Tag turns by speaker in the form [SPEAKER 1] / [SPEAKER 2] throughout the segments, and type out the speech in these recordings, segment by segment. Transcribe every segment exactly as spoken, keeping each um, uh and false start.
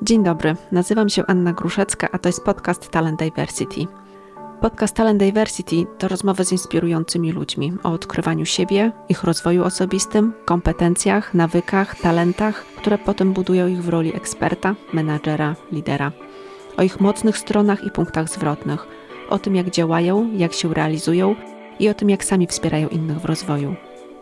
[SPEAKER 1] Dzień dobry, nazywam się Anna Gruszecka, a to jest podcast Talent Diversity. Podcast Talent Diversity to rozmowy z inspirującymi ludźmi o odkrywaniu siebie, ich rozwoju osobistym, kompetencjach, nawykach, talentach, które potem budują ich w roli eksperta, menadżera, lidera. O ich mocnych stronach i punktach zwrotnych, o tym jak działają, jak się realizują i o tym jak sami wspierają innych w rozwoju.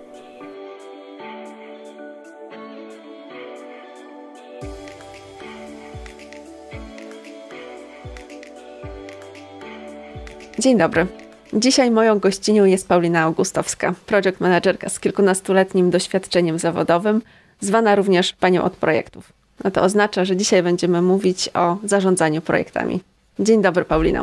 [SPEAKER 1] Dzień dobry. Dzisiaj moją gościnią jest Paulina Augustowska, project managerka z kilkunastoletnim doświadczeniem zawodowym, zwana również panią od projektów. No to oznacza, że dzisiaj będziemy mówić o zarządzaniu projektami. Dzień dobry, Paulino.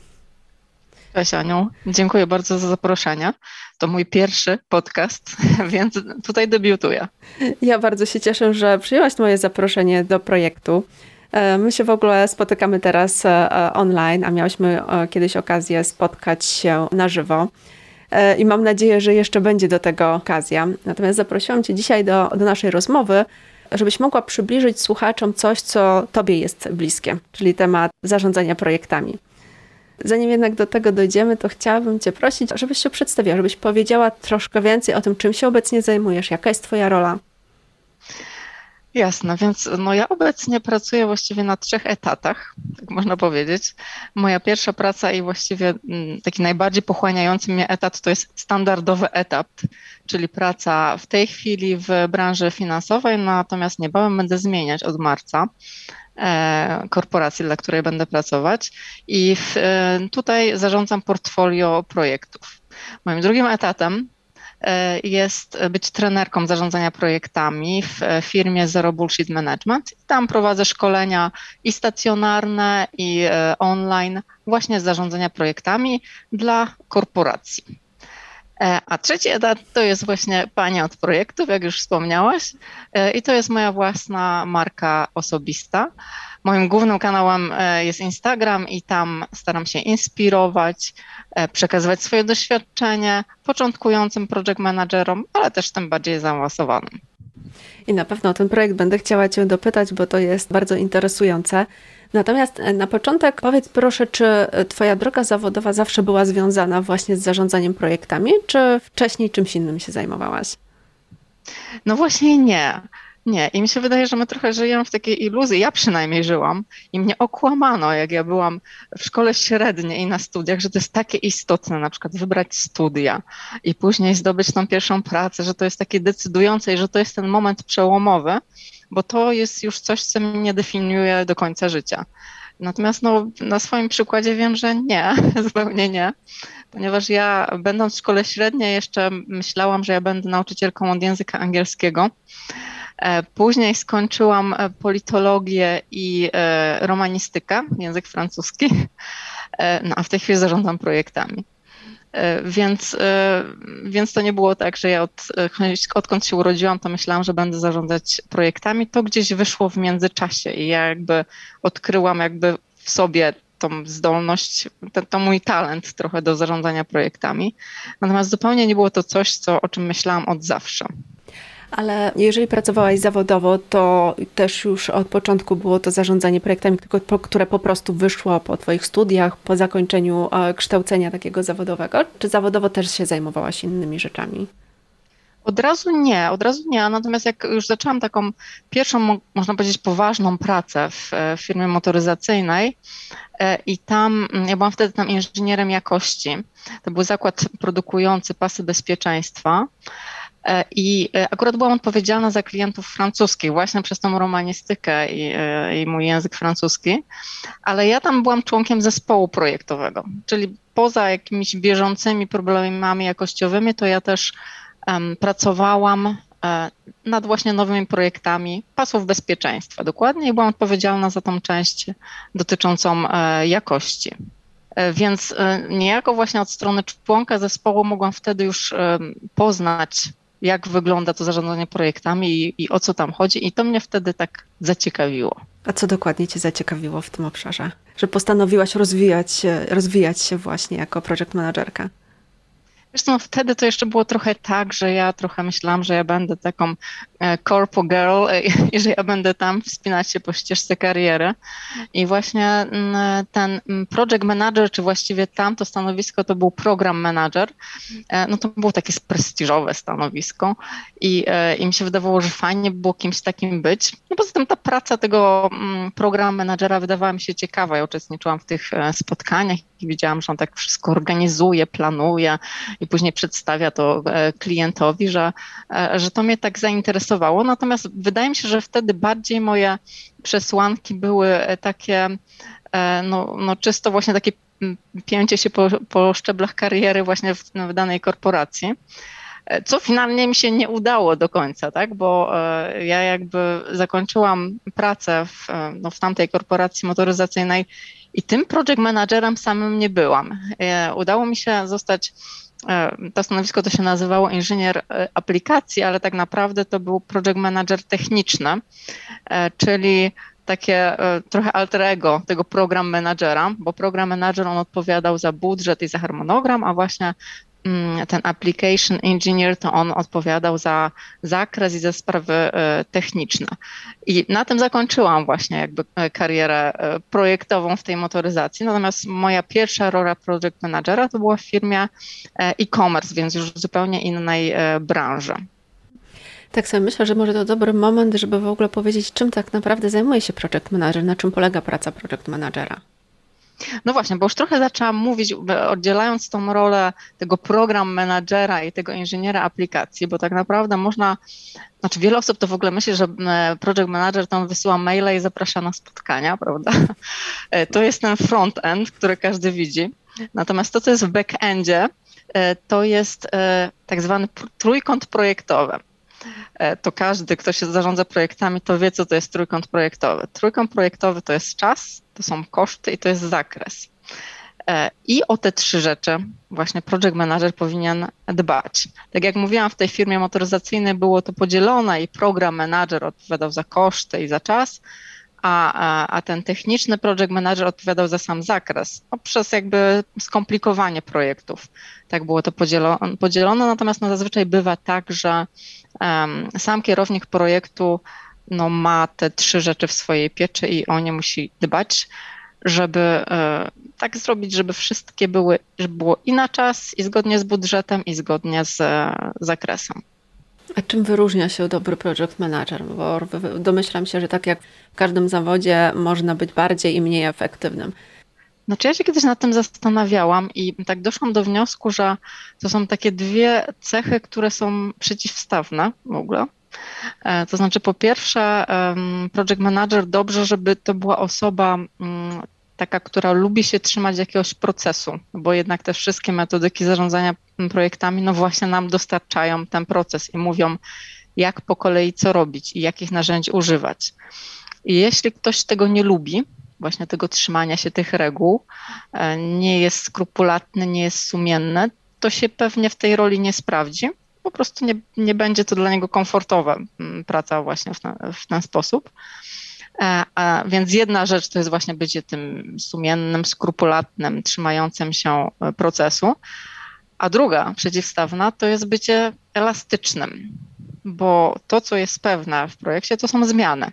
[SPEAKER 2] Cześć Aniu, dziękuję bardzo za zaproszenie. To mój pierwszy podcast, więc tutaj debiutuję.
[SPEAKER 1] Ja bardzo się cieszę, że przyjęłaś moje zaproszenie do projektu. My się w ogóle spotykamy teraz online, a miałyśmy kiedyś okazję spotkać się na żywo i mam nadzieję, że jeszcze będzie do tego okazja. Natomiast zaprosiłam Cię dzisiaj do, do naszej rozmowy, żebyś mogła przybliżyć słuchaczom coś, co Tobie jest bliskie, czyli temat zarządzania projektami. Zanim jednak do tego dojdziemy, to chciałabym Cię prosić, żebyś się przedstawiła, żebyś powiedziała troszkę więcej o tym, czym się obecnie zajmujesz, jaka jest Twoja rola.
[SPEAKER 2] Jasne, więc no ja obecnie pracuję właściwie na trzech etatach, tak można powiedzieć. Moja pierwsza praca i właściwie taki najbardziej pochłaniający mnie etat to jest standardowy etat, czyli praca w tej chwili w branży finansowej, natomiast niebawem będę zmieniać od marca e, korporacji, dla której będę pracować i w, e, tutaj zarządzam portfolio projektów. Moim drugim etatem jest być trenerką zarządzania projektami w firmie Zero Bullshit Management. Tam prowadzę szkolenia i stacjonarne, i online właśnie z zarządzania projektami dla korporacji. A trzeci etap to jest właśnie pani od projektów, jak już wspomniałaś, i to jest moja własna marka osobista. Moim głównym kanałem jest Instagram i tam staram się inspirować, przekazywać swoje doświadczenie początkującym project managerom, ale też tym bardziej zaawansowanym.
[SPEAKER 1] I na pewno o ten projekt będę chciała Cię dopytać, bo to jest bardzo interesujące. Natomiast na początek powiedz proszę, czy Twoja droga zawodowa zawsze była związana właśnie z zarządzaniem projektami, czy wcześniej czymś innym się zajmowałaś?
[SPEAKER 2] No właśnie nie. Nie, i mi się wydaje, że my trochę żyjemy w takiej iluzji, ja przynajmniej żyłam i mnie okłamano, jak ja byłam w szkole średniej i na studiach, że to jest takie istotne, na przykład wybrać studia i później zdobyć tą pierwszą pracę, że to jest takie decydujące i że to jest ten moment przełomowy, bo to jest już coś, co mnie definiuje do końca życia. Natomiast no, na swoim przykładzie wiem, że nie, zupełnie nie, ponieważ ja będąc w szkole średniej jeszcze myślałam, że ja będę nauczycielką od języka angielskiego. Później skończyłam politologię i romanistykę, język francuski, no a w tej chwili zarządzam projektami. Więc, więc to nie było tak, że ja od, odkąd się urodziłam, to myślałam, że będę zarządzać projektami. To gdzieś wyszło w międzyczasie i ja jakby odkryłam jakby w sobie tą zdolność, to, to mój talent trochę do zarządzania projektami. Natomiast zupełnie nie było to coś, co, o czym myślałam od zawsze.
[SPEAKER 1] Ale jeżeli pracowałaś zawodowo, to też już od początku było to zarządzanie projektami, które po prostu wyszło po Twoich studiach, po zakończeniu kształcenia takiego zawodowego? Czy zawodowo też się zajmowałaś innymi rzeczami?
[SPEAKER 2] Od razu nie, od razu nie. Natomiast jak już zaczęłam taką pierwszą, można powiedzieć, poważną pracę w firmie motoryzacyjnej i tam, ja byłam wtedy tam inżynierem jakości. To był zakład produkujący pasy bezpieczeństwa. I akurat byłam odpowiedzialna za klientów francuskich właśnie przez tą romanistykę i, i mój język francuski, ale ja tam byłam członkiem zespołu projektowego, czyli poza jakimiś bieżącymi problemami jakościowymi, to ja też um, pracowałam um, nad właśnie nowymi projektami pasów bezpieczeństwa dokładnie i byłam odpowiedzialna za tą część dotyczącą um, jakości. Więc niejako właśnie od strony członka zespołu mogłam wtedy już poznać, jak wygląda to zarządzanie projektami i, i o co tam chodzi i to mnie wtedy tak zaciekawiło.
[SPEAKER 1] A co dokładnie Cię zaciekawiło w tym obszarze? Że postanowiłaś rozwijać, rozwijać się właśnie jako project managerka?
[SPEAKER 2] Wiesz co, no wtedy to jeszcze było trochę tak, że ja trochę myślałam, że ja będę taką corpo girl i że ja będę tam wspinać się po ścieżce kariery. I właśnie ten project manager, czy właściwie tamto stanowisko to był program manager, no to było takie prestiżowe stanowisko i, i mi się wydawało, że fajnie by było kimś takim być. No poza tym ta praca tego program managera wydawała mi się ciekawa. Ja uczestniczyłam w tych spotkaniach i widziałam, że on tak wszystko organizuje, planuje i później przedstawia to klientowi, że, że to mnie tak zainteresowało. Natomiast wydaje mi się, że wtedy bardziej moje przesłanki były takie, no, no czysto właśnie takie pięcie się po, po szczeblach kariery właśnie w, w danej korporacji, co finalnie mi się nie udało do końca, tak? Bo ja jakby zakończyłam pracę w, no, w tamtej korporacji motoryzacyjnej i tym project managerem samym nie byłam. Udało mi się zostać, to stanowisko to się nazywało inżynier aplikacji, ale tak naprawdę to był project manager techniczny, czyli takie trochę alter ego tego program managera, bo program manager on odpowiadał za budżet i za harmonogram, a właśnie ten application engineer to on odpowiadał za zakres i za sprawy techniczne. I na tym zakończyłam właśnie jakby karierę projektową w tej motoryzacji. Natomiast moja pierwsza rola project managera to była w firmie e-commerce, więc już w zupełnie innej branży.
[SPEAKER 1] Tak sobie myślę, że może to dobry moment, żeby w ogóle powiedzieć, czym tak naprawdę zajmuje się project manager, na czym polega praca project managera.
[SPEAKER 2] No właśnie, bo już trochę zaczęłam mówić, oddzielając tą rolę tego program managera i tego inżyniera aplikacji, bo tak naprawdę można, znaczy wiele osób to w ogóle myśli, że project manager to on wysyła maila i zaprasza na spotkania, prawda? To jest ten front-end, który każdy widzi. Natomiast to, co jest w back-endzie, to jest tak zwany trójkąt projektowy. To każdy, kto się zarządza projektami, to wie, co to jest trójkąt projektowy. Trójkąt projektowy to jest czas, to są koszty i to jest zakres. I o te trzy rzeczy właśnie project manager powinien dbać. Tak jak mówiłam, w tej firmie motoryzacyjnej było to podzielone i program manager odpowiadał za koszty i za czas, a, a, a ten techniczny project manager odpowiadał za sam zakres, no, przez jakby skomplikowanie projektów. Tak było to podzielone, podzielone natomiast no, zazwyczaj bywa tak, że um, sam kierownik projektu no, ma te trzy rzeczy w swojej pieczy i o nie musi dbać, żeby e, tak zrobić, żeby wszystkie były, żeby było i na czas, i zgodnie z budżetem, i zgodnie z e, zakresem.
[SPEAKER 1] A czym wyróżnia się dobry project manager? Bo domyślam się, że tak jak w każdym zawodzie można być bardziej i mniej efektywnym.
[SPEAKER 2] Znaczy ja się kiedyś nad tym zastanawiałam i tak doszłam do wniosku, że to są takie dwie cechy, które są przeciwstawne w ogóle. To znaczy po pierwsze project manager dobrze, żeby to była osoba taka, która lubi się trzymać jakiegoś procesu, bo jednak te wszystkie metodyki zarządzania projektami no właśnie nam dostarczają ten proces i mówią, jak po kolei co robić i jakich narzędzi używać. I jeśli ktoś tego nie lubi, właśnie tego trzymania się tych reguł, nie jest skrupulatny, nie jest sumienny, to się pewnie w tej roli nie sprawdzi. Po prostu nie, nie będzie to dla niego komfortowa praca właśnie w ten, w ten sposób. A, a więc jedna rzecz to jest właśnie bycie tym sumiennym, skrupulatnym, trzymającym się procesu, a druga przeciwstawna to jest bycie elastycznym, bo to, co jest pewne w projekcie, to są zmiany.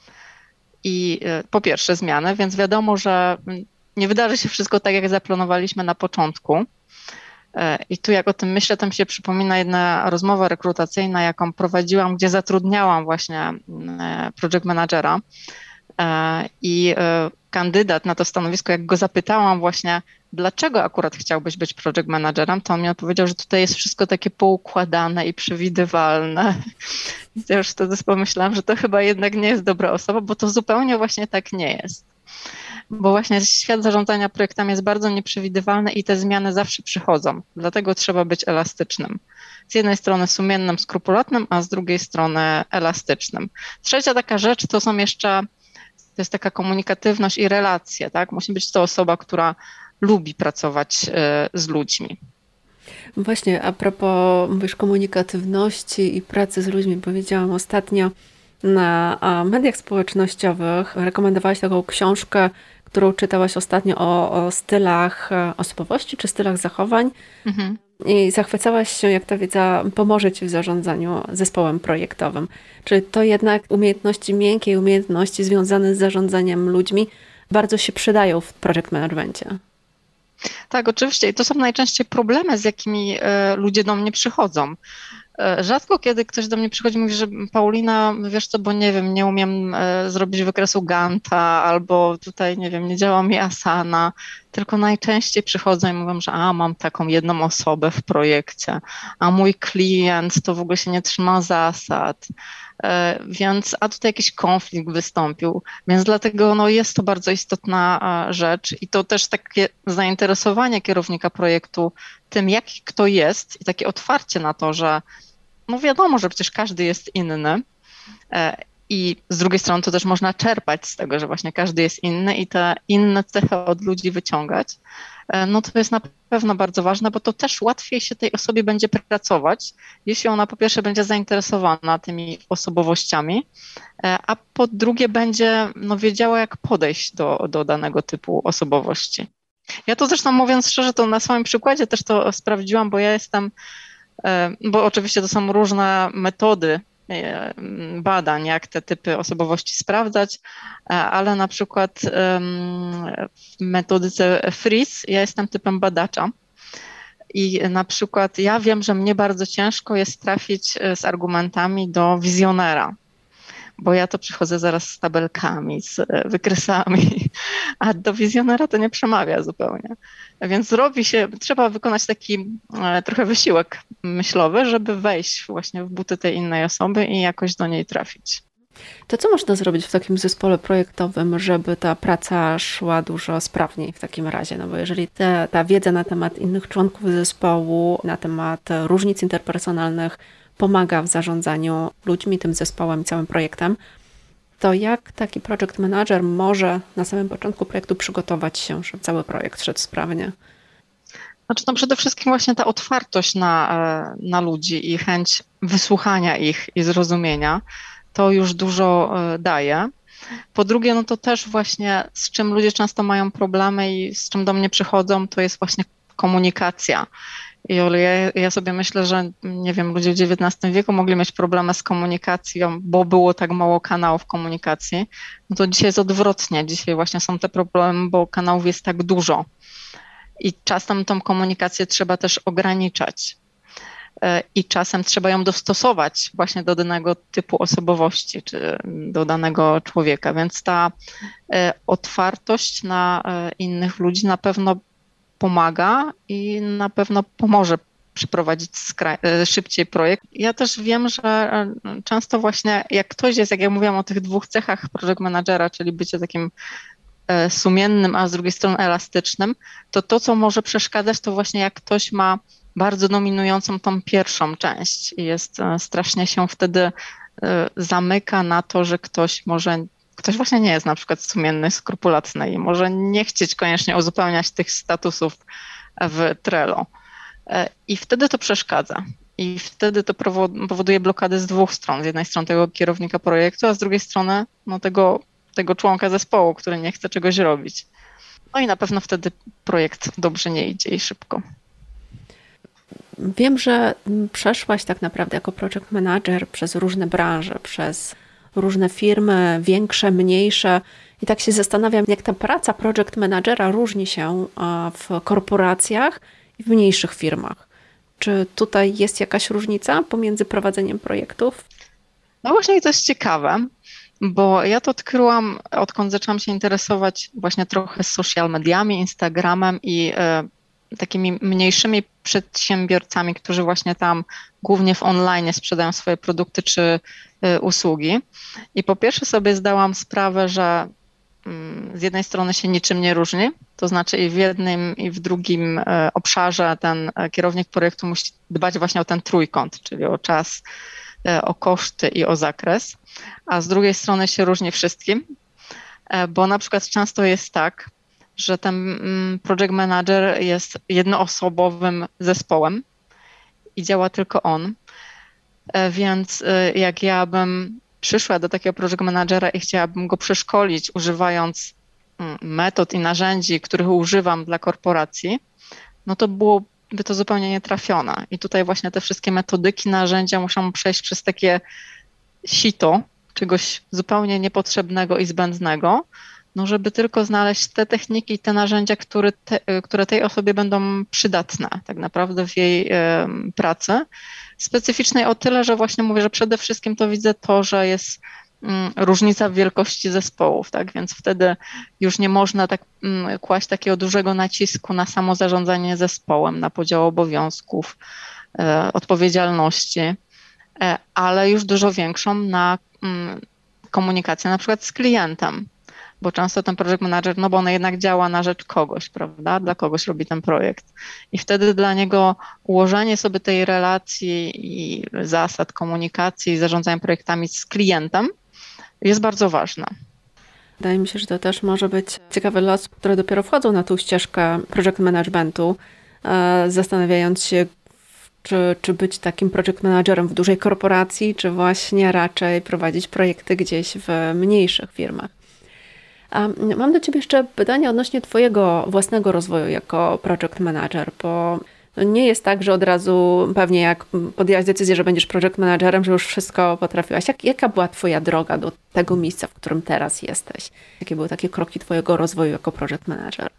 [SPEAKER 2] I po pierwsze zmiany, więc wiadomo, że nie wydarzy się wszystko tak, jak zaplanowaliśmy na początku. I tu jak o tym myślę, to mi się przypomina jedna rozmowa rekrutacyjna, jaką prowadziłam, gdzie zatrudniałam właśnie project managera i kandydat na to stanowisko, jak go zapytałam właśnie, dlaczego akurat chciałbyś być project managerem, to on mi odpowiedział, że tutaj jest wszystko takie poukładane i przewidywalne. I ja już wtedy pomyślałam, że to chyba jednak nie jest dobra osoba, bo to zupełnie właśnie tak nie jest. Bo właśnie świat zarządzania projektami jest bardzo nieprzewidywalny i te zmiany zawsze przychodzą. Dlatego trzeba być elastycznym. Z jednej strony sumiennym, skrupulatnym, a z drugiej strony elastycznym. Trzecia taka rzecz to są jeszcze, to jest taka komunikatywność i relacje, tak? Musi być to osoba, która lubi pracować z ludźmi.
[SPEAKER 1] Właśnie, a propos mówisz komunikatywności i pracy z ludźmi, powiedziałam ostatnio na mediach społecznościowych, rekomendowałaś taką książkę, którą czytałaś ostatnio o, o stylach osobowości czy stylach zachowań. Mhm. I zachwycałaś się, jak ta wiedza pomoże ci w zarządzaniu zespołem projektowym. Czy to jednak umiejętności miękkie, umiejętności związane z zarządzaniem ludźmi bardzo się przydają w project managemencie?
[SPEAKER 2] Tak, oczywiście. I to są najczęściej problemy, z jakimi ludzie do mnie przychodzą. Rzadko kiedy ktoś do mnie przychodzi i mówi, że Paulina, wiesz co, bo nie wiem, nie umiem zrobić wykresu Ganta albo tutaj, nie wiem, nie działa mi Asana, tylko najczęściej przychodzą i mówią, że a, mam taką jedną osobę w projekcie, a mój klient to w ogóle się nie trzyma zasad, więc, a tutaj jakiś konflikt wystąpił, więc dlatego no, jest to bardzo istotna rzecz i to też takie zainteresowanie kierownika projektu tym, jaki kto jest i takie otwarcie na to, że no wiadomo, że przecież każdy jest inny i z drugiej strony to też można czerpać z tego, że właśnie każdy jest inny i te inne cechy od ludzi wyciągać, no to jest na pewno bardzo ważne, bo to też łatwiej się tej osobie będzie pracować, jeśli ona po pierwsze będzie zainteresowana tymi osobowościami, a po drugie będzie no, wiedziała, jak podejść do, do danego typu osobowości. Ja to zresztą mówiąc szczerze, to na swoim przykładzie też to sprawdziłam, bo ja jestem, bo oczywiście to są różne metody badań, jak te typy osobowości sprawdzać, ale na przykład w metodyce Freeze ja jestem typem badacza i na przykład ja wiem, że mnie bardzo ciężko jest trafić z argumentami do wizjonera, bo ja to przychodzę zaraz z tabelkami, z wykresami, a do wizjonera to nie przemawia zupełnie. Więc robi się, trzeba wykonać taki trochę wysiłek myślowy, żeby wejść właśnie w buty tej innej osoby i jakoś do niej trafić.
[SPEAKER 1] To co można zrobić w takim zespole projektowym, żeby ta praca szła dużo sprawniej w takim razie? No bo jeżeli te, ta wiedza na temat innych członków zespołu, na temat różnic interpersonalnych pomaga w zarządzaniu ludźmi, tym zespołem, całym projektem, to jak taki project manager może na samym początku projektu przygotować się, żeby cały projekt szedł sprawnie?
[SPEAKER 2] Znaczy no przede wszystkim właśnie ta otwartość na, na ludzi i chęć wysłuchania ich i zrozumienia, to już dużo daje. Po drugie, no to też właśnie z czym ludzie często mają problemy i z czym do mnie przychodzą, to jest właśnie komunikacja. I ja, ja sobie myślę, że nie wiem, ludzie w dziewiętnastym wieku mogli mieć problemy z komunikacją, bo było tak mało kanałów komunikacji. No to dzisiaj jest odwrotnie. Dzisiaj właśnie są te problemy, bo kanałów jest tak dużo. I czasem tą komunikację trzeba też ograniczać. I czasem trzeba ją dostosować właśnie do danego typu osobowości, czy do danego człowieka. Więc ta otwartość na innych ludzi na pewno pomaga i na pewno pomoże przeprowadzić szybciej projekt. Ja też wiem, że często właśnie jak ktoś jest, jak ja mówiłam o tych dwóch cechach project managera, czyli bycie takim sumiennym, a z drugiej strony elastycznym, to to, co może przeszkadzać, to właśnie jak ktoś ma bardzo dominującą tą pierwszą część i jest strasznie się wtedy zamyka na to, że ktoś może Ktoś właśnie nie jest na przykład sumienny, skrupulatny i może nie chcieć koniecznie uzupełniać tych statusów w Trello. I wtedy to przeszkadza. I wtedy to powoduje blokady z dwóch stron. Z jednej strony tego kierownika projektu, a z drugiej strony no, tego, tego członka zespołu, który nie chce czegoś robić. No i na pewno wtedy projekt dobrze nie idzie i szybko.
[SPEAKER 1] Wiem, że przeszłaś tak naprawdę jako project manager przez różne branże, przez różne firmy, większe, mniejsze. I tak się zastanawiam, jak ta praca project managera różni się w korporacjach i w mniejszych firmach. Czy tutaj jest jakaś różnica pomiędzy prowadzeniem projektów?
[SPEAKER 2] No właśnie to jest ciekawe, bo ja to odkryłam, odkąd zaczęłam się interesować właśnie trochę social mediami, Instagramem i y, takimi mniejszymi przedsiębiorcami, którzy właśnie tam głównie w online sprzedają swoje produkty czy y, usługi. I po pierwsze sobie zdałam sprawę, że y, z jednej strony się niczym nie różni, to znaczy i w jednym i w drugim y, obszarze ten kierownik projektu musi dbać właśnie o ten trójkąt, czyli o czas, y, o koszty i o zakres, a z drugiej strony się różni wszystkim, y, bo na przykład często jest tak, że ten project manager jest jednoosobowym zespołem i działa tylko on. Więc jak ja bym przyszła do takiego project managera i chciałabym go przeszkolić, używając metod i narzędzi, których używam dla korporacji, no to byłoby to zupełnie nietrafione. I tutaj właśnie te wszystkie metodyki, narzędzia muszą przejść przez takie sito czegoś zupełnie niepotrzebnego i zbędnego, no żeby tylko znaleźć te techniki, te narzędzia, które, te, które tej osobie będą przydatne tak naprawdę w jej y, pracy. Specyficznej o tyle, że właśnie mówię, że przede wszystkim to widzę to, że jest y, różnica w wielkości zespołów, tak, więc wtedy już nie można tak y, kłaść takiego dużego nacisku na samo zarządzanie zespołem, na podział obowiązków, y, odpowiedzialności, y, ale już dużo większą na y, komunikację na przykład z klientem. Bo często ten project manager, no bo on jednak działa na rzecz kogoś, prawda? Dla kogoś robi ten projekt. I wtedy dla niego ułożenie sobie tej relacji i zasad komunikacji i zarządzania projektami z klientem jest bardzo ważne.
[SPEAKER 1] Wydaje mi się, że to też może być ciekawy los, które dopiero wchodzą na tą ścieżkę project managementu, zastanawiając się, czy, czy być takim project managerem w dużej korporacji, czy właśnie raczej prowadzić projekty gdzieś w mniejszych firmach. A mam do Ciebie jeszcze pytanie odnośnie Twojego własnego rozwoju jako project manager, bo nie jest tak, że od razu pewnie jak podjęłaś decyzję, że będziesz project managerem, że już wszystko potrafiłaś. Jak, jaka była Twoja droga do tego miejsca, w którym teraz jesteś? Jakie były takie kroki Twojego rozwoju jako project manager?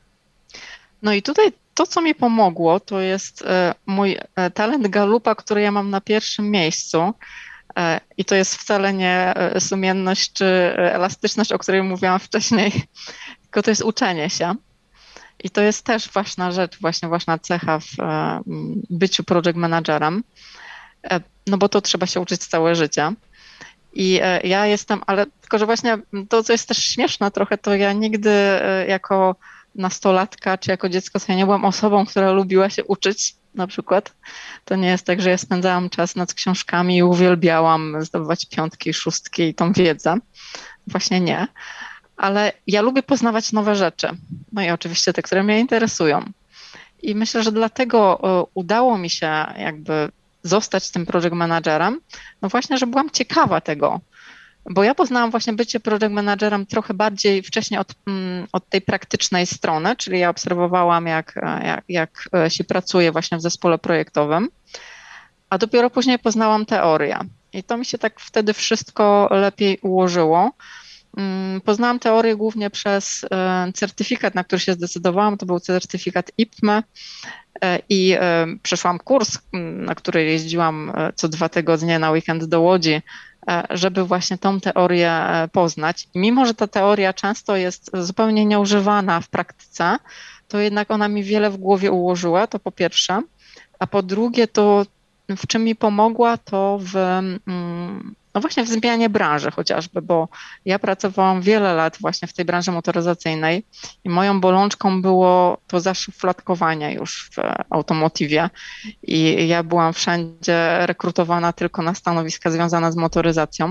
[SPEAKER 2] No i tutaj to, co mi pomogło, to jest mój talent Galupa, który ja mam na pierwszym miejscu. I to jest wcale nie sumienność czy elastyczność, o której mówiłam wcześniej, tylko to jest uczenie się. I to jest też ważna rzecz, właśnie ważna cecha w byciu project managerem, no bo to trzeba się uczyć całe życie. I ja jestem, ale tylko, że właśnie to, co jest też śmieszne trochę, to ja nigdy jako nastolatka czy jako dziecko to ja nie byłam osobą, która lubiła się uczyć. Na przykład. To nie jest tak, że ja spędzałam czas nad książkami i uwielbiałam zdobywać piątki, szóstki i tą wiedzę. Właśnie nie. Ale ja lubię poznawać nowe rzeczy. No i oczywiście te, które mnie interesują. I myślę, że dlatego udało mi się jakby zostać tym project managerem, no właśnie, że byłam ciekawa tego. Bo ja poznałam właśnie bycie project managerem trochę bardziej wcześniej od, od tej praktycznej strony, czyli ja obserwowałam, jak, jak, jak się pracuje właśnie w zespole projektowym, a dopiero później poznałam teorię. I to mi się tak wtedy wszystko lepiej ułożyło. Poznałam teorię głównie przez certyfikat, na który się zdecydowałam. To był certyfikat I P M E i przeszłam kurs, na który jeździłam co dwa tygodnie na weekend do Łodzi, żeby właśnie tą teorię poznać. I mimo że ta teoria często jest zupełnie nieużywana w praktyce, to jednak ona mi wiele w głowie ułożyła, to po pierwsze. A po drugie, to w czym mi pomogła, to w, no właśnie w zmianie branży chociażby, bo ja pracowałam wiele lat właśnie w tej branży motoryzacyjnej i moją bolączką było to zaszufladkowanie już w automotywie i ja byłam wszędzie rekrutowana tylko na stanowiska związane z motoryzacją,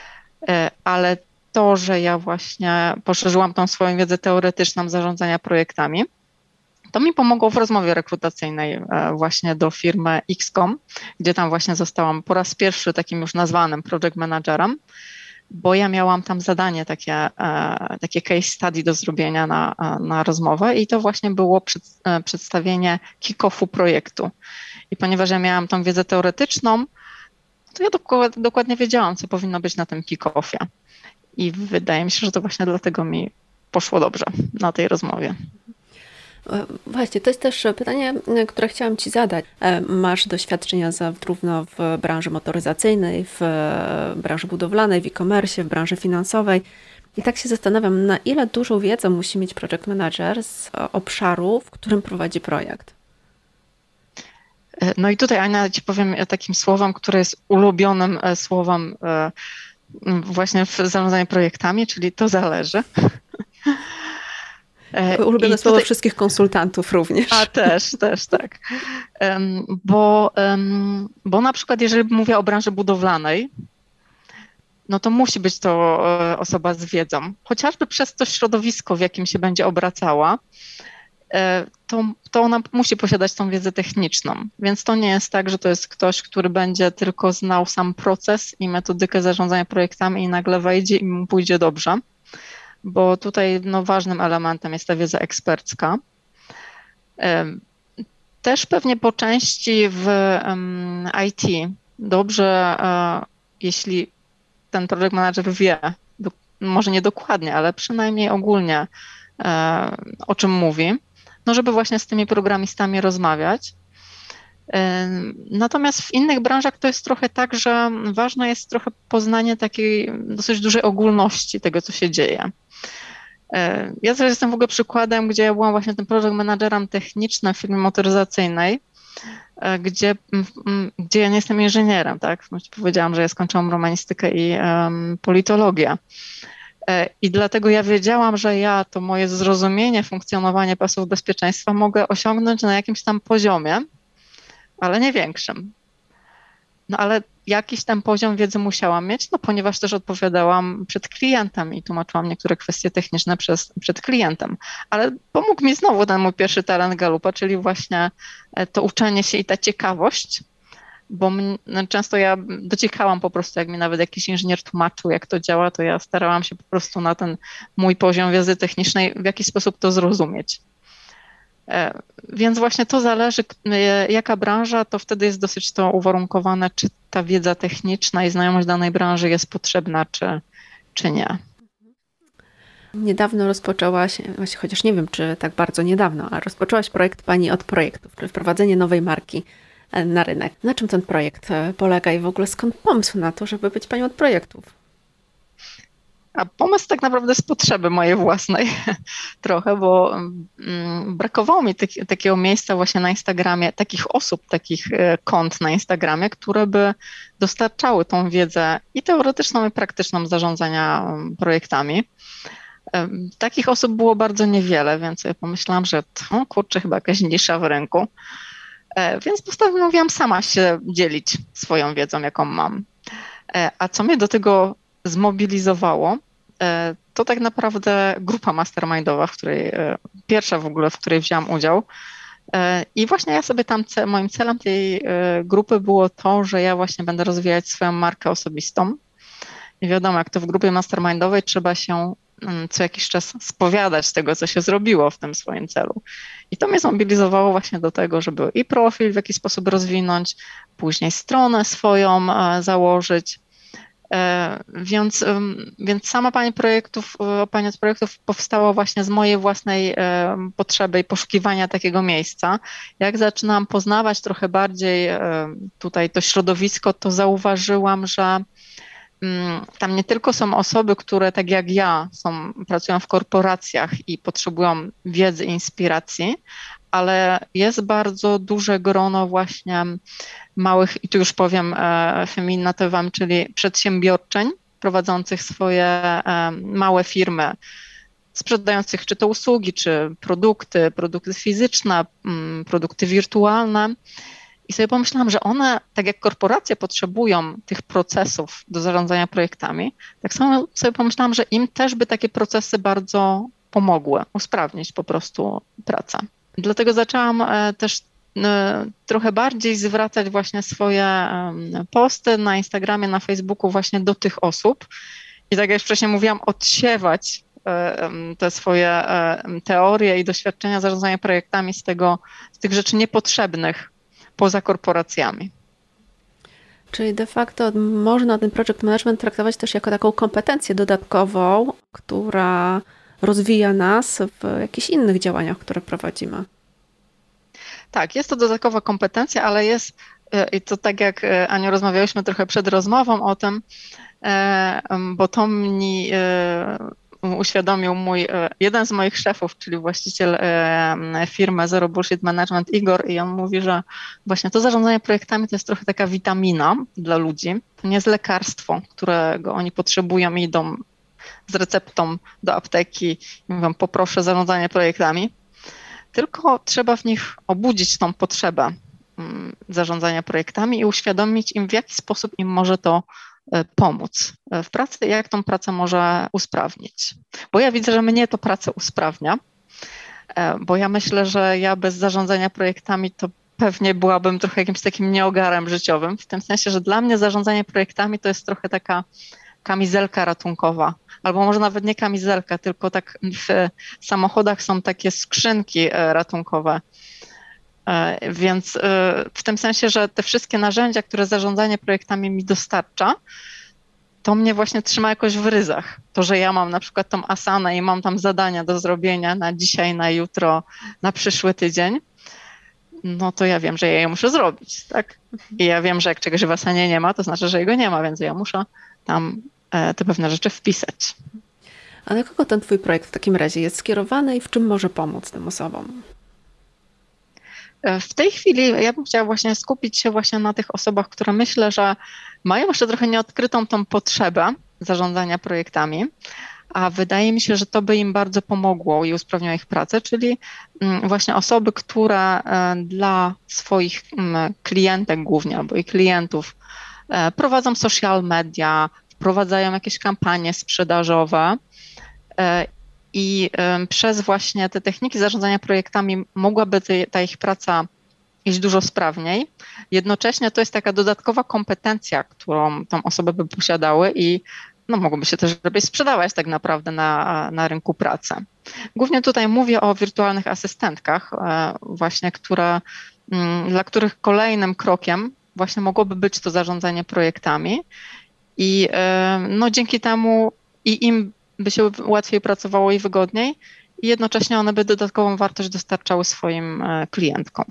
[SPEAKER 2] ale to, że ja właśnie poszerzyłam tą swoją wiedzę teoretyczną zarządzania projektami, to mi pomogło w rozmowie rekrutacyjnej właśnie do firmy X COM, gdzie tam właśnie zostałam po raz pierwszy takim już nazwanym project managerem, bo ja miałam tam zadanie takie, takie case study do zrobienia na, na rozmowę i to właśnie było przed, przedstawienie kick-offu projektu. I ponieważ ja miałam tą wiedzę teoretyczną, to ja dokładnie, dokładnie wiedziałam, co powinno być na tym kick-offie. I wydaje mi się, że to właśnie dlatego mi poszło dobrze na tej rozmowie.
[SPEAKER 1] Właśnie, to jest też pytanie, które chciałam Ci zadać. Masz doświadczenia zarówno w branży motoryzacyjnej, w branży budowlanej, w e-commerce, w branży finansowej. I tak się zastanawiam, na ile dużą wiedzę musi mieć project manager z obszaru, w którym prowadzi projekt.
[SPEAKER 2] No i tutaj, Ania, Ci powiem takim słowem, które jest ulubionym słowem właśnie w zarządzaniu projektami, czyli to zależy.
[SPEAKER 1] Ulubione słowo tutaj... wszystkich konsultantów również.
[SPEAKER 2] A też, też, tak. Bo, bo na przykład jeżeli mówię o branży budowlanej, no to musi być to osoba z wiedzą. Chociażby przez to środowisko, w jakim się będzie obracała, to, to ona musi posiadać tą wiedzę techniczną. Więc to nie jest tak, że to jest ktoś, który będzie tylko znał sam proces i metodykę zarządzania projektami i nagle wejdzie i mu pójdzie dobrze. bo tutaj no, ważnym elementem jest ta wiedza ekspercka. Też pewnie po części w I T dobrze, jeśli ten project manager wie, może nie dokładnie, ale przynajmniej ogólnie, o czym mówi, no żeby właśnie z tymi programistami rozmawiać. Natomiast w innych branżach to jest trochę tak, że ważne jest trochę poznanie takiej dosyć dużej ogólności tego, co się dzieje. Ja też jestem w ogóle przykładem, gdzie ja byłam właśnie tym project managerem technicznym w firmie motoryzacyjnej, gdzie, gdzie ja nie jestem inżynierem, tak? Powiedziałam, że ja skończyłam romanistykę i um, politologię. I dlatego ja wiedziałam, że ja to moje zrozumienie funkcjonowania pasów bezpieczeństwa mogę osiągnąć na jakimś tam poziomie, ale nie większym. No ale jakiś tam poziom wiedzy musiałam mieć, no ponieważ też odpowiadałam przed klientem i tłumaczyłam niektóre kwestie techniczne przez, przed klientem. Ale pomógł mi znowu ten mój pierwszy talent Galupa, czyli właśnie to uczenie się i ta ciekawość, bo m, często ja dociekałam po prostu, jak mi nawet jakiś inżynier tłumaczył, jak to działa, to ja starałam się po prostu na ten mój poziom wiedzy technicznej w jakiś sposób to zrozumieć. Więc właśnie to zależy, jaka branża, to wtedy jest dosyć to uwarunkowane, czy ta wiedza techniczna i znajomość danej branży jest potrzebna, czy, czy nie.
[SPEAKER 1] Niedawno rozpoczęłaś, właśnie chociaż nie wiem, czy tak bardzo niedawno, a rozpoczęłaś projekt Pani od projektów, czyli wprowadzenie nowej marki na rynek. Na czym ten projekt polega i w ogóle skąd pomysł na to, żeby być Panią od projektów?
[SPEAKER 2] A pomysł tak naprawdę z potrzeby mojej własnej trochę, bo mm, brakowało mi taki, takiego miejsca właśnie na Instagramie, takich osób, takich kont na Instagramie, które by dostarczały tą wiedzę i teoretyczną, i praktyczną zarządzania projektami. Takich osób było bardzo niewiele, więc ja pomyślałam, że to kurczę, chyba jakaś nisza w rynku. Więc postanowiłam sama się dzielić swoją wiedzą, jaką mam. A co mnie do tego zmobilizowało, to tak naprawdę grupa mastermindowa, w której, pierwsza w ogóle, w której wzięłam udział. I właśnie ja sobie tam, moim celem tej grupy było to, że ja właśnie będę rozwijać swoją markę osobistą. I wiadomo, jak to w grupie mastermindowej trzeba się co jakiś czas spowiadać z tego, co się zrobiło w tym swoim celu. I to mnie zmobilizowało właśnie do tego, żeby i profil w jakiś sposób rozwinąć, później stronę swoją założyć. Więc, więc sama Pani projektów, Pani od projektów powstała właśnie z mojej własnej potrzeby i poszukiwania takiego miejsca. Jak zaczynałam poznawać trochę bardziej tutaj to środowisko, to zauważyłam, że tam nie tylko są osoby, które tak jak ja są, pracują w korporacjach i potrzebują wiedzy i inspiracji, ale jest bardzo duże grono właśnie małych, i tu już powiem feminatywam, czyli przedsiębiorczeń prowadzących swoje małe firmy, sprzedających czy to usługi, czy produkty, produkty fizyczne, produkty wirtualne. I sobie pomyślałam, że one, tak jak korporacje potrzebują tych procesów do zarządzania projektami, tak samo sobie pomyślałam, że im też by takie procesy bardzo pomogły, usprawnić po prostu pracę. Dlatego zaczęłam też trochę bardziej zwracać właśnie swoje posty na Instagramie, na Facebooku właśnie do tych osób i tak jak wcześniej mówiłam, odsiewać te swoje teorie i doświadczenia zarządzania projektami z tego, z tych rzeczy niepotrzebnych poza korporacjami.
[SPEAKER 1] Czyli de facto można ten project management traktować też jako taką kompetencję dodatkową, która rozwija nas w jakichś innych działaniach, które prowadzimy.
[SPEAKER 2] Tak, jest to dodatkowa kompetencja, ale jest, i to tak jak Aniu rozmawiałyśmy trochę przed rozmową o tym, bo to mi uświadomił mój, jeden z moich szefów, czyli właściciel firmy Zero Bullshit Management, Igor, i on mówi, że właśnie to zarządzanie projektami to jest trochę taka witamina dla ludzi. To nie jest lekarstwo, którego oni potrzebują i idą z receptą do apteki i mówią, poproszę zarządzanie projektami, tylko trzeba w nich obudzić tą potrzebę zarządzania projektami i uświadomić im, w jaki sposób im może to pomóc w pracy, jak tą pracę może usprawnić. Bo ja widzę, że mnie to pracę usprawnia, bo ja myślę, że ja bez zarządzania projektami to pewnie byłabym trochę jakimś takim nieogarem życiowym, w tym sensie, że dla mnie zarządzanie projektami to jest trochę taka kamizelka ratunkowa. Albo może nawet nie kamizelka, tylko tak w samochodach są takie skrzynki ratunkowe. Więc w tym sensie, że te wszystkie narzędzia, które zarządzanie projektami mi dostarcza, to mnie właśnie trzyma jakoś w ryzach. To, że ja mam na przykład tą Asanę i mam tam zadania do zrobienia na dzisiaj, na jutro, na przyszły tydzień, no to ja wiem, że ja je muszę zrobić, tak? I ja wiem, że jak czegoś w Asanie nie ma, to znaczy, że jego nie ma, więc ja muszę tam te pewne rzeczy wpisać.
[SPEAKER 1] A na kogo ten twój projekt w takim razie jest skierowany i w czym może pomóc tym osobom?
[SPEAKER 2] W tej chwili ja bym chciała właśnie skupić się właśnie na tych osobach, które myślę, że mają jeszcze trochę nieodkrytą tą potrzebę zarządzania projektami, a wydaje mi się, że to by im bardzo pomogło i usprawniło ich pracę, czyli właśnie osoby, które dla swoich klientek głównie albo i klientów prowadzą social media, wprowadzają jakieś kampanie sprzedażowe i przez właśnie te techniki zarządzania projektami mogłaby ta ich praca iść dużo sprawniej. Jednocześnie to jest taka dodatkowa kompetencja, którą tą osobę by posiadały i no, mogłoby się też lepiej sprzedawać tak naprawdę na, na rynku pracy. Głównie tutaj mówię o wirtualnych asystentkach, właśnie które, dla których kolejnym krokiem właśnie mogłoby być to zarządzanie projektami i no, dzięki temu i im by się łatwiej pracowało i wygodniej i jednocześnie one by dodatkową wartość dostarczały swoim klientkom.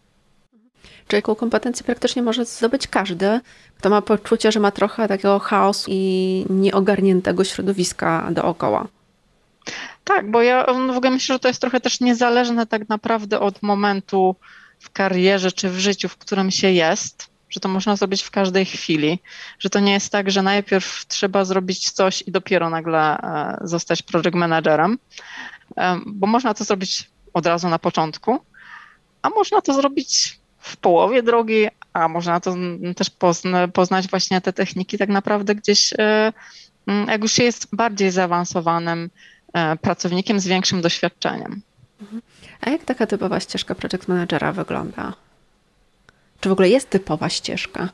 [SPEAKER 1] Czy jaką kompetencję praktycznie może zdobyć każdy, kto ma poczucie, że ma trochę takiego chaosu i nieogarniętego środowiska dookoła?
[SPEAKER 2] Tak, bo ja w ogóle myślę, że to jest trochę też niezależne tak naprawdę od momentu w karierze czy w życiu, w którym się jest, że to można zrobić w każdej chwili, że to nie jest tak, że najpierw trzeba zrobić coś i dopiero nagle zostać project managerem, bo można to zrobić od razu na początku, a można to zrobić w połowie drogi, a można to też pozna, poznać właśnie te techniki tak naprawdę gdzieś, jak już się jest bardziej zaawansowanym pracownikiem z większym doświadczeniem.
[SPEAKER 1] A jak taka typowa ścieżka project managera wygląda? Czy w ogóle jest typowa ścieżka?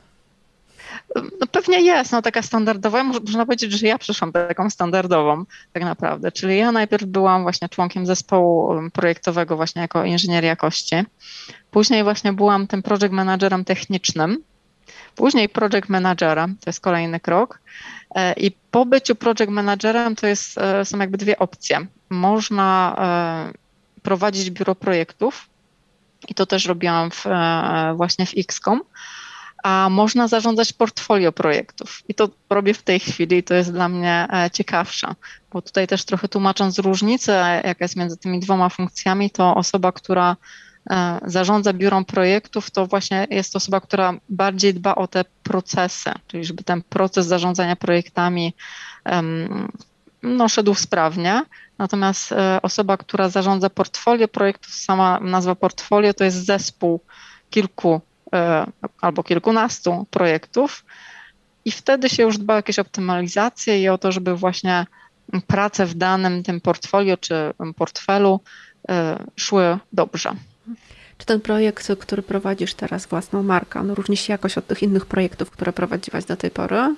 [SPEAKER 2] No pewnie jest, no taka standardowa. Można powiedzieć, że ja przeszłam taką standardową tak naprawdę. Czyli ja najpierw byłam właśnie członkiem zespołu projektowego właśnie jako inżynier jakości. Później właśnie byłam tym project managerem technicznym. Później project managerem, to jest kolejny krok. I po byciu project managerem to jest, są jakby dwie opcje. Można prowadzić biuro projektów i to też robiłam w, właśnie w X COM. A można zarządzać portfolio projektów. I to robię w tej chwili i to jest dla mnie ciekawsze, bo tutaj też trochę tłumacząc różnicę, jaka jest między tymi dwoma funkcjami, to osoba, która zarządza biurą projektów, to właśnie jest osoba, która bardziej dba o te procesy, czyli żeby ten proces zarządzania projektami no, szedł sprawnie. Natomiast osoba, która zarządza portfolio projektów, sama nazwa portfolio to jest zespół kilku albo kilkunastu projektów i wtedy się już dba o jakieś optymalizacje i o to, żeby właśnie prace w danym tym portfolio czy portfelu szły dobrze.
[SPEAKER 1] Czy ten projekt, który prowadzisz teraz, własną markę, on różni się jakoś od tych innych projektów, które prowadziłaś do tej pory?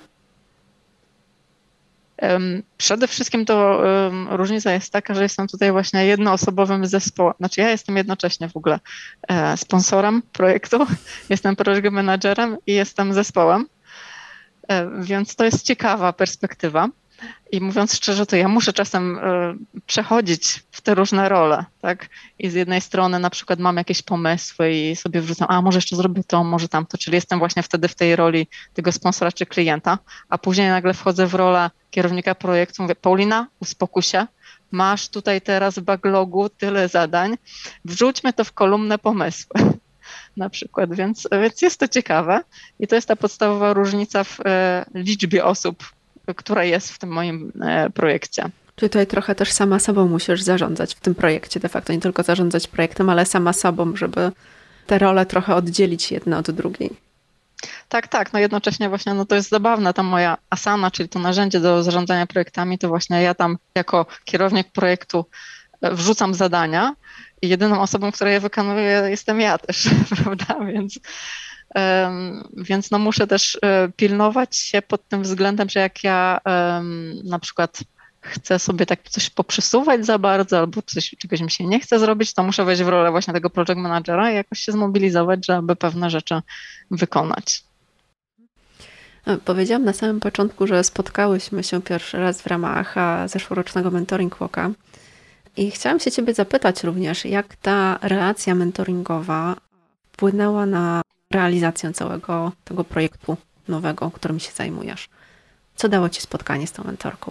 [SPEAKER 2] Przede wszystkim to um, różnica jest taka, że jestem tutaj właśnie jednoosobowym zespołem. Znaczy ja jestem jednocześnie w ogóle e, sponsorem projektu, jestem project managerem i jestem zespołem, e, więc to jest ciekawa perspektywa. I mówiąc szczerze, to ja muszę czasem e, przechodzić w te różne role, tak? I z jednej strony na przykład mam jakieś pomysły i sobie wrzucam, a może jeszcze zrobię to, może tamto, czyli jestem właśnie wtedy w tej roli tego sponsora czy klienta, a później nagle wchodzę w rolę kierownika projektu, mówię, Paulina, uspokój się, masz tutaj teraz w backlogu tyle zadań, wrzućmy to w kolumnę pomysły na przykład, więc, więc jest to ciekawe i to jest ta podstawowa różnica w e, liczbie osób, która jest w tym moim e, projekcie.
[SPEAKER 1] Czyli tutaj trochę też sama sobą musisz zarządzać w tym projekcie, de facto nie tylko zarządzać projektem, ale sama sobą, żeby te role trochę oddzielić jedne od drugiej.
[SPEAKER 2] Tak, tak, no jednocześnie właśnie no to jest zabawne, ta moja Asana, czyli to narzędzie do zarządzania projektami, to właśnie ja tam jako kierownik projektu wrzucam zadania i jedyną osobą, która je wykonuje, jestem ja też, prawda? Więc, więc no muszę też pilnować się pod tym względem, że jak ja na przykład chcę sobie tak coś poprzesuwać za bardzo albo coś, czegoś mi się nie chce zrobić, to muszę wejść w rolę właśnie tego project managera i jakoś się zmobilizować, żeby pewne rzeczy wykonać.
[SPEAKER 1] Powiedziałam na samym początku, że spotkałyśmy się pierwszy raz w ramach zeszłorocznego Mentoring Walka i chciałam się ciebie zapytać również, jak ta relacja mentoringowa wpłynęła na realizację całego tego projektu nowego, którym się zajmujesz. Co dało ci spotkanie z tą mentorką?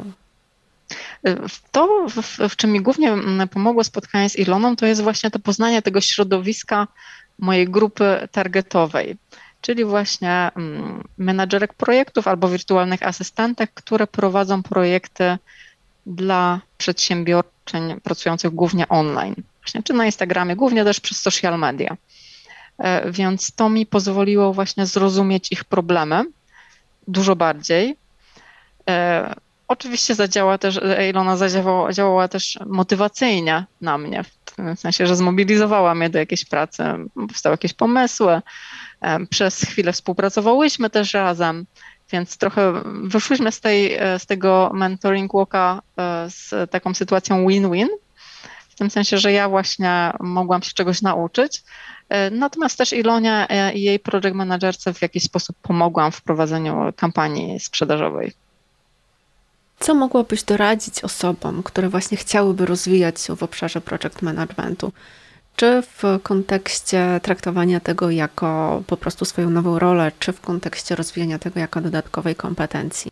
[SPEAKER 2] To, w, w czym mi głównie pomogło spotkanie z Iloną, to jest właśnie to poznanie tego środowiska mojej grupy targetowej, czyli właśnie menadżerek projektów albo wirtualnych asystentek, które prowadzą projekty dla przedsiębiorczyń pracujących głównie online, właśnie czy na Instagramie, głównie też przez social media. Więc to mi pozwoliło właśnie zrozumieć ich problemy dużo bardziej. Oczywiście zadziała też, Ilona zadziałała, działała też motywacyjnie na mnie, w sensie, że zmobilizowała mnie do jakiejś pracy, powstały jakieś pomysły, przez chwilę współpracowałyśmy też razem, więc trochę wyszłyśmy z, tej, z tego mentoring walka z taką sytuacją win-win, w tym sensie, że ja właśnie mogłam się czegoś nauczyć, natomiast też Ilonie i jej project managerce w jakiś sposób pomogłam w prowadzeniu kampanii sprzedażowej.
[SPEAKER 1] Co mogłabyś doradzić osobom, które właśnie chciałyby rozwijać się w obszarze project managementu? Czy w kontekście traktowania tego jako po prostu swoją nową rolę, czy w kontekście rozwijania tego jako dodatkowej kompetencji?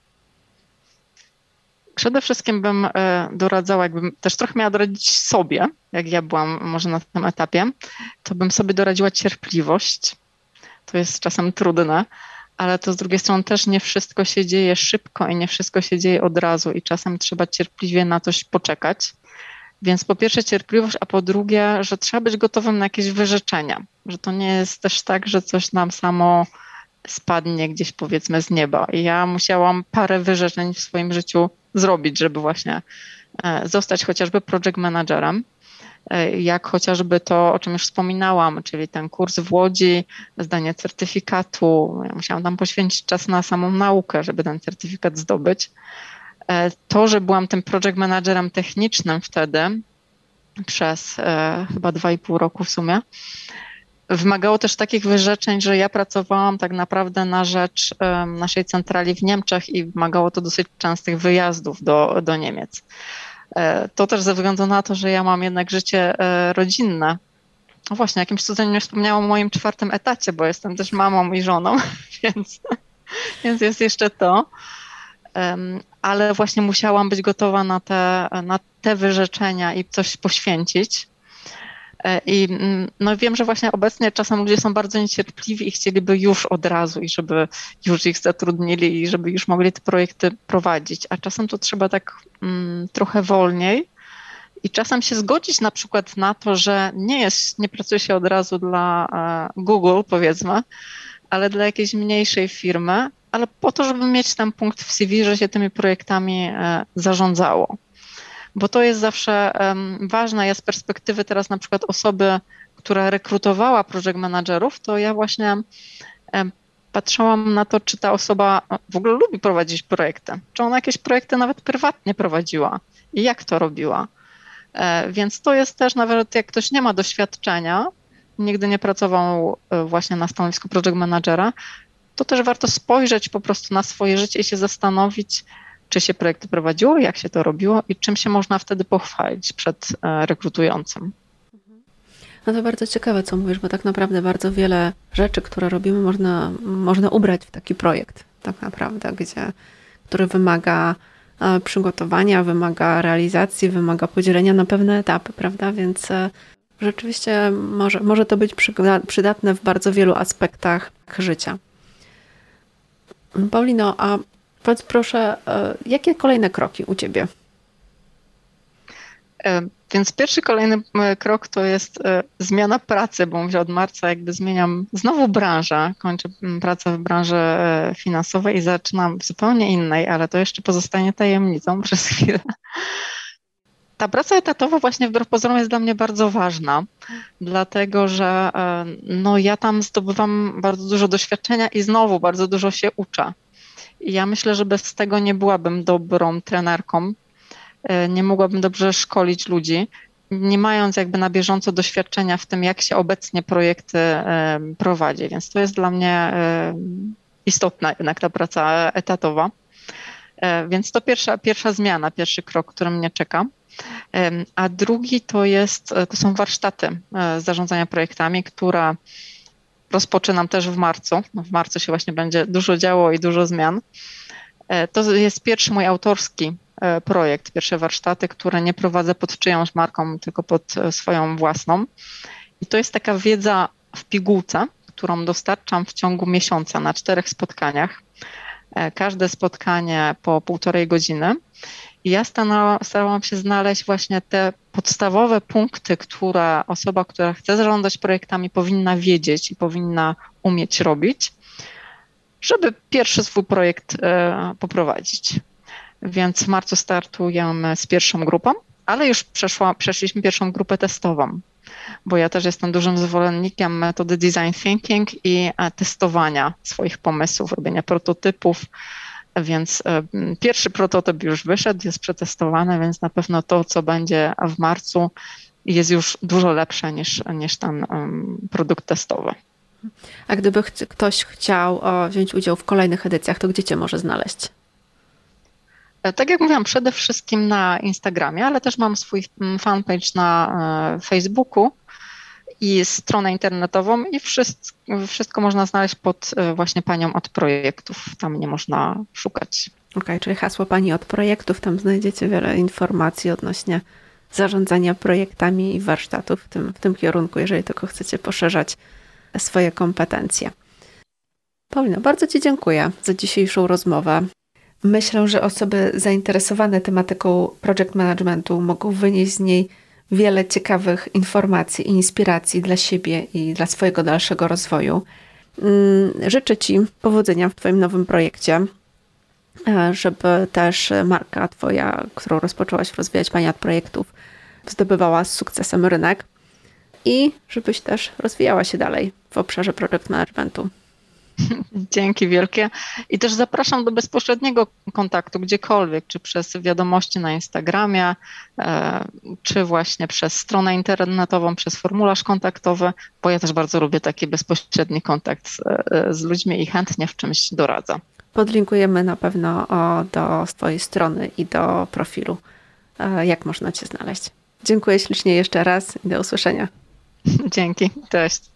[SPEAKER 2] Przede wszystkim bym doradzała, jakbym też trochę miała doradzić sobie, jak ja byłam może na tym etapie, to bym sobie doradziła cierpliwość. To jest czasem trudne, ale to z drugiej strony też nie wszystko się dzieje szybko i nie wszystko się dzieje od razu i czasem trzeba cierpliwie na coś poczekać. Więc po pierwsze cierpliwość, a po drugie, że trzeba być gotowym na jakieś wyrzeczenia, że to nie jest też tak, że coś nam samo spadnie gdzieś powiedzmy z nieba. I ja musiałam parę wyrzeczeń w swoim życiu zrobić, żeby właśnie zostać chociażby project managerem, jak chociażby to, o czym już wspominałam, czyli ten kurs w Łodzi, zdanie certyfikatu. Ja musiałam tam poświęcić czas na samą naukę, żeby ten certyfikat zdobyć. To, że byłam tym project managerem technicznym wtedy przez e, chyba dwa i pół roku w sumie, wymagało też takich wyrzeczeń, że ja pracowałam tak naprawdę na rzecz e, naszej centrali w Niemczech i wymagało to dosyć częstych wyjazdów do, do Niemiec. E, to też ze względu na to, że ja mam jednak życie e, rodzinne. No właśnie, jakimś cudem nie wspomniałam o moim czwartym etacie, bo jestem też mamą i żoną, więc, więc jest jeszcze to. Ale właśnie musiałam być gotowa na te, na te wyrzeczenia i coś poświęcić. I no wiem, że właśnie obecnie czasem ludzie są bardzo niecierpliwi i chcieliby już od razu i żeby już ich zatrudnili i żeby już mogli te projekty prowadzić, a czasem to trzeba tak um, trochę wolniej i czasem się zgodzić na przykład na to, że nie jest, nie pracuje się od razu dla uh, Google powiedzmy, ale dla jakiejś mniejszej firmy, ale po to, żeby mieć ten punkt w C V, że się tymi projektami zarządzało. Bo to jest zawsze ważne. Ja z perspektywy teraz na przykład osoby, która rekrutowała project managerów, to ja właśnie patrzyłam na to, czy ta osoba w ogóle lubi prowadzić projekty, czy ona jakieś projekty nawet prywatnie prowadziła i jak to robiła. Więc to jest też nawet jak ktoś nie ma doświadczenia, nigdy nie pracował właśnie na stanowisku project managera, to też warto spojrzeć po prostu na swoje życie i się zastanowić, czy się projekty prowadziło, jak się to robiło i czym się można wtedy pochwalić przed rekrutującym.
[SPEAKER 1] No to bardzo ciekawe, co mówisz, bo tak naprawdę bardzo wiele rzeczy, które robimy, można, można ubrać w taki projekt, tak naprawdę, gdzie, który wymaga przygotowania, wymaga realizacji, wymaga podzielenia na pewne etapy, prawda? Więc rzeczywiście może, może to być przydatne w bardzo wielu aspektach życia. Paulino, a powiedz proszę, jakie kolejne kroki u ciebie?
[SPEAKER 2] Więc pierwszy kolejny krok to jest zmiana pracy, bo mówię, od marca jakby zmieniam znowu branżę, kończę pracę w branży finansowej i zaczynam w zupełnie innej, ale to jeszcze pozostanie tajemnicą przez chwilę. Ta praca etatowa właśnie wbrew pozorom jest dla mnie bardzo ważna, dlatego że no, ja tam zdobywam bardzo dużo doświadczenia i znowu bardzo dużo się uczę. I ja myślę, że bez tego nie byłabym dobrą trenerką, nie mogłabym dobrze szkolić ludzi, nie mając jakby na bieżąco doświadczenia w tym, jak się obecnie projekty prowadzi. Więc to jest dla mnie istotna jednak ta praca etatowa. Więc to pierwsza, pierwsza zmiana, pierwszy krok, który mnie czeka. A drugi to jest, to są warsztaty zarządzania projektami, które rozpoczynam też w marcu. No w marcu się właśnie będzie dużo działo i dużo zmian. To jest pierwszy mój autorski projekt, pierwsze warsztaty, które nie prowadzę pod czyjąś marką, tylko pod swoją własną. I to jest taka wiedza w pigułce, którą dostarczam w ciągu miesiąca na czterech spotkaniach. Każde spotkanie po półtorej godziny. I ja starałam, starałam się znaleźć właśnie te podstawowe punkty, które osoba, która chce zarządzać projektami, powinna wiedzieć i powinna umieć robić, żeby pierwszy swój projekt e, poprowadzić. Więc w marcu startujemy z pierwszą grupą, ale już przeszła, przeszliśmy pierwszą grupę testową, bo ja też jestem dużym zwolennikiem metody design thinking i testowania swoich pomysłów, robienia prototypów, więc pierwszy prototyp już wyszedł, jest przetestowany, więc na pewno to, co będzie w marcu, jest już dużo lepsze niż, niż ten produkt testowy.
[SPEAKER 1] A gdyby ch- ktoś chciał o, wziąć udział w kolejnych edycjach, to gdzie cię może znaleźć?
[SPEAKER 2] Tak jak mówiłam, przede wszystkim na Instagramie, ale też mam swój fanpage na Facebooku i stronę internetową i wszystko, wszystko można znaleźć pod właśnie panią od projektów. Tam nie można szukać.
[SPEAKER 1] Okej, okay, czyli hasło pani od projektów, tam znajdziecie wiele informacji odnośnie zarządzania projektami i warsztatów w tym, w tym kierunku, jeżeli tylko chcecie poszerzać swoje kompetencje. Paulino, bardzo ci dziękuję za dzisiejszą rozmowę. Myślę, że osoby zainteresowane tematyką project managementu mogą wynieść z niej wiele ciekawych informacji i inspiracji dla siebie i dla swojego dalszego rozwoju. Życzę ci powodzenia w twoim nowym projekcie, żeby też marka twoja, którą rozpoczęłaś rozwijać pani od projektów, zdobywała z sukcesem rynek i żebyś też rozwijała się dalej w obszarze project managementu.
[SPEAKER 2] Dzięki wielkie. I też zapraszam do bezpośredniego kontaktu gdziekolwiek, czy przez wiadomości na Instagramie, czy właśnie przez stronę internetową, przez formularz kontaktowy, bo ja też bardzo lubię taki bezpośredni kontakt z, z ludźmi i chętnie w czymś doradzę.
[SPEAKER 1] Podlinkujemy na pewno do twojej strony i do profilu, jak można cię znaleźć. Dziękuję ślicznie jeszcze raz i do usłyszenia.
[SPEAKER 2] Dzięki, cześć.